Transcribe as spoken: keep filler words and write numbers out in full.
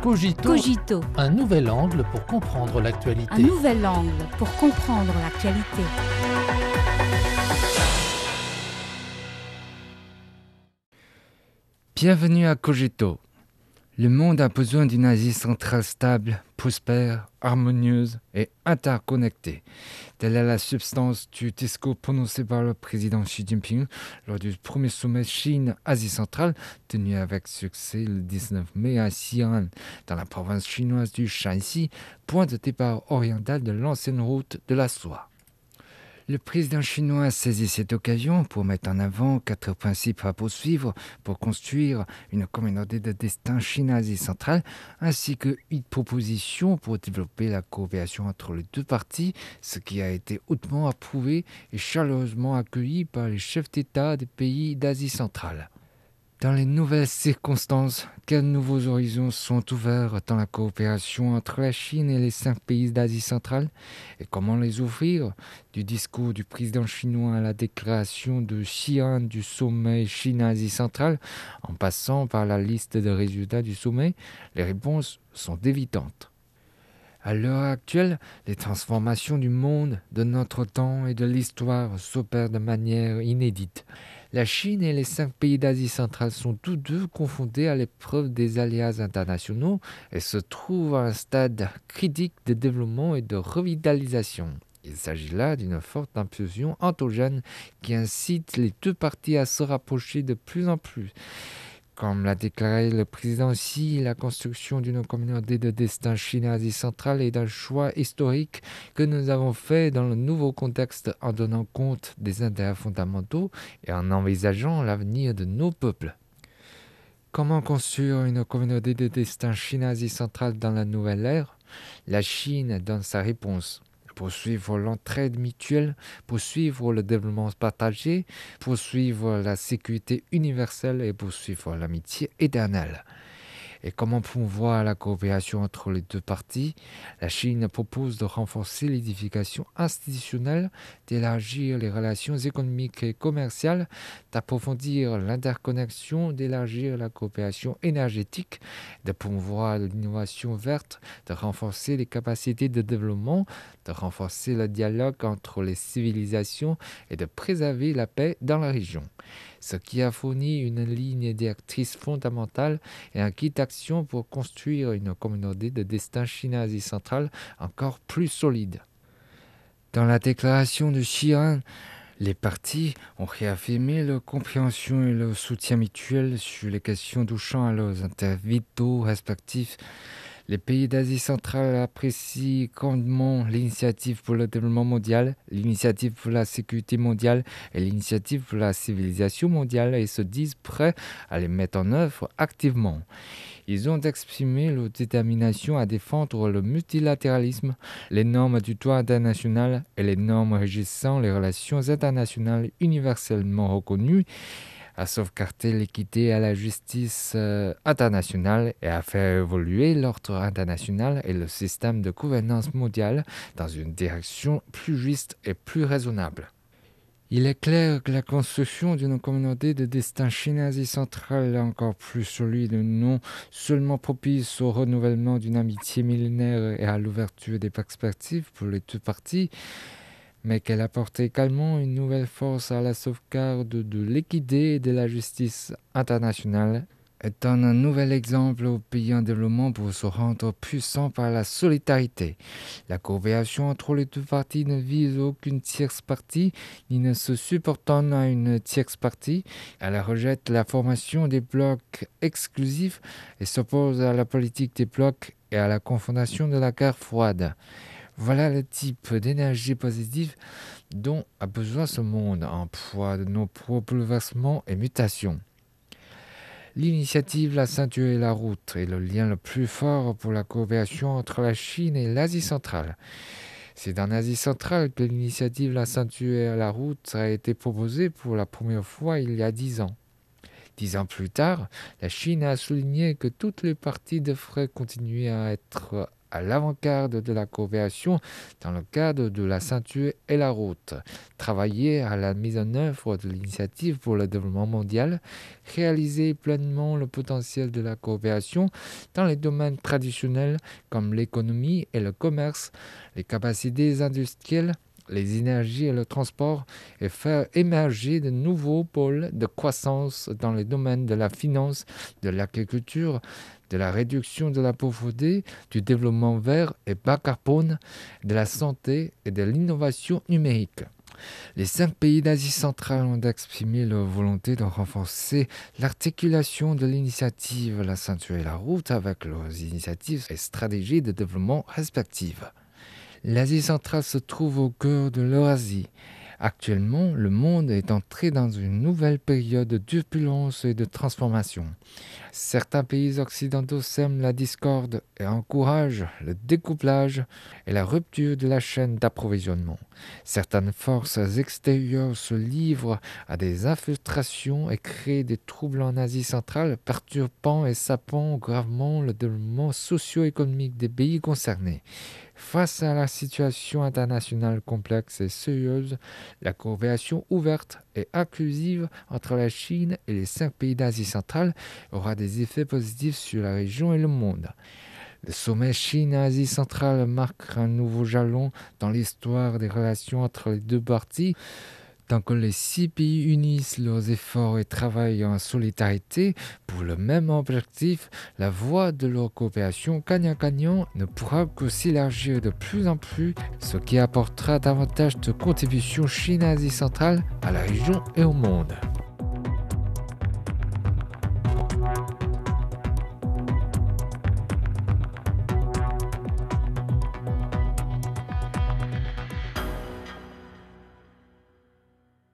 Cogito, Cogito, un nouvel angle pour comprendre l'actualité. un nouvel angle pour comprendre l'actualité. Bienvenue à Cogito. Le monde a besoin d'une Asie centrale stable, prospère, harmonieuse et interconnectée. Telle est la substance du discours prononcé par le président Xi Jinping lors du premier sommet Chine-Asie centrale tenu avec succès le dix-neuf mai à Xi'an, dans la province chinoise du Shanxi, point de départ oriental de l'ancienne route de la soie. Le président chinois a saisi cette occasion pour mettre en avant quatre principes à poursuivre pour construire une communauté de destin Chine-Asie centrale, ainsi que huit propositions pour développer la coopération entre les deux parties, ce qui a été hautement approuvé et chaleureusement accueilli par les chefs d'État des pays d'Asie centrale. Dans les nouvelles circonstances, quels nouveaux horizons sont ouverts dans la coopération entre la Chine et les cinq pays d'Asie centrale et comment les ouvrir? Du discours du président chinois à la déclaration de Xi'an du sommet Chine-Asie centrale, en passant par la liste de résultats du sommet, les réponses sont évidentes. À l'heure actuelle, les transformations du monde, de notre temps et de l'histoire s'opèrent de manière inédite. La Chine et les cinq pays d'Asie centrale sont tous deux confrontés à l'épreuve des aléas internationaux et se trouvent à un stade critique de développement et de revitalisation. Il s'agit là d'une forte impulsion endogène qui incite les deux parties à se rapprocher de plus en plus. Comme l'a déclaré le président Xi, la construction d'une communauté de destin Chine-Asie centrale est un choix historique que nous avons fait dans le nouveau contexte en donnant compte des intérêts fondamentaux et en envisageant l'avenir de nos peuples. Comment construire une communauté de destin Chine-Asie centrale dans la nouvelle ère? La Chine donne sa réponse. Poursuivre l'entraide mutuelle, poursuivre le développement partagé, poursuivre la sécurité universelle et poursuivre l'amitié éternelle. Et comment promouvoir la coopération entre les deux parties? La Chine propose de renforcer l'édification institutionnelle, d'élargir les relations économiques et commerciales, d'approfondir l'interconnexion, d'élargir la coopération énergétique, de promouvoir l'innovation verte, de renforcer les capacités de développement, de renforcer le dialogue entre les civilisations et de préserver la paix dans la région. Ce qui a fourni une ligne directrice fondamentale et un kit d'action pour construire une communauté de destin Chine-Asie centrale encore plus solide. Dans la déclaration de Xi'an, les parties ont réaffirmé leur compréhension et leur soutien mutuel sur les questions touchant à leurs intérêts vitaux respectifs. Les pays d'Asie centrale apprécient grandement l'initiative pour le développement mondial, l'initiative pour la sécurité mondiale et l'initiative pour la civilisation mondiale et se disent prêts à les mettre en œuvre activement. Ils ont exprimé leur détermination à défendre le multilatéralisme, les normes du droit international et les normes régissant les relations internationales universellement reconnues, à sauvegarder l'équité et la justice euh, internationale et à faire évoluer l'ordre international et le système de gouvernance mondiale dans une direction plus juste et plus raisonnable. Il est clair que la construction d'une communauté de destin Chine-Asie centrale est encore plus solide, non seulement propice au renouvellement d'une amitié millénaire et à l'ouverture des perspectives pour les deux parties, mais qu'elle apporte également une nouvelle force à la sauvegarde de l'équité et de la justice internationale, et donne un nouvel exemple aux pays en développement pour se rendre puissants par la solidarité. La coopération entre les deux parties ne vise aucune tierce partie, ni ne se supportant à une tierce partie. Elle rejette la formation des blocs exclusifs et s'oppose à la politique des blocs et à la confrontation de la guerre froide. Voilà le type d'énergie positive dont a besoin ce monde en proie de nos propres bouleversements et mutations. L'initiative La ceinture et la route est le lien le plus fort pour la coopération entre la Chine et l'Asie centrale. C'est en Asie centrale que l'initiative La ceinture et la route a été proposée pour la première fois il y a dix ans. Dix ans plus tard, la Chine a souligné que toutes les parties devraient continuer à être à l'avant-garde de la coopération dans le cadre de la ceinture et la route, travailler à la mise en œuvre de l'initiative pour le développement mondial, réaliser pleinement le potentiel de la coopération dans les domaines traditionnels comme l'économie et le commerce, les capacités industrielles, les énergies et le transport, et faire émerger de nouveaux pôles de croissance dans les domaines de la finance, de l'agriculture, de la réduction de la pauvreté, du développement vert et bas carbone, de la santé et de l'innovation numérique. Les cinq pays d'Asie centrale ont exprimé leur volonté de renforcer l'articulation de l'initiative La ceinture et la route avec leurs initiatives et stratégies de développement respectives. L'Asie centrale se trouve au cœur de l'Eurasie. Actuellement, le monde est entré dans une nouvelle période de turbulence et de transformation. Certains pays occidentaux sèment la discorde et encouragent le découplage et la rupture de la chaîne d'approvisionnement. Certaines forces extérieures se livrent à des infiltrations et créent des troubles en Asie centrale, perturbant et sapant gravement le développement socio-économique des pays concernés. Face à la situation internationale complexe et sérieuse, la coopération ouverte et inclusive entre la Chine et les cinq pays d'Asie centrale aura des effets positifs sur la région et le monde. Le sommet Chine-Asie centrale marque un nouveau jalon dans l'histoire des relations entre les deux parties. Tant que les six pays unissent leurs efforts et travaillent en solidarité pour le même objectif, la voie de leur coopération gagnant-gagnant ne pourra que s'élargir de plus en plus, ce qui apportera davantage de contributions Chine-Asie centrale à la région et au monde.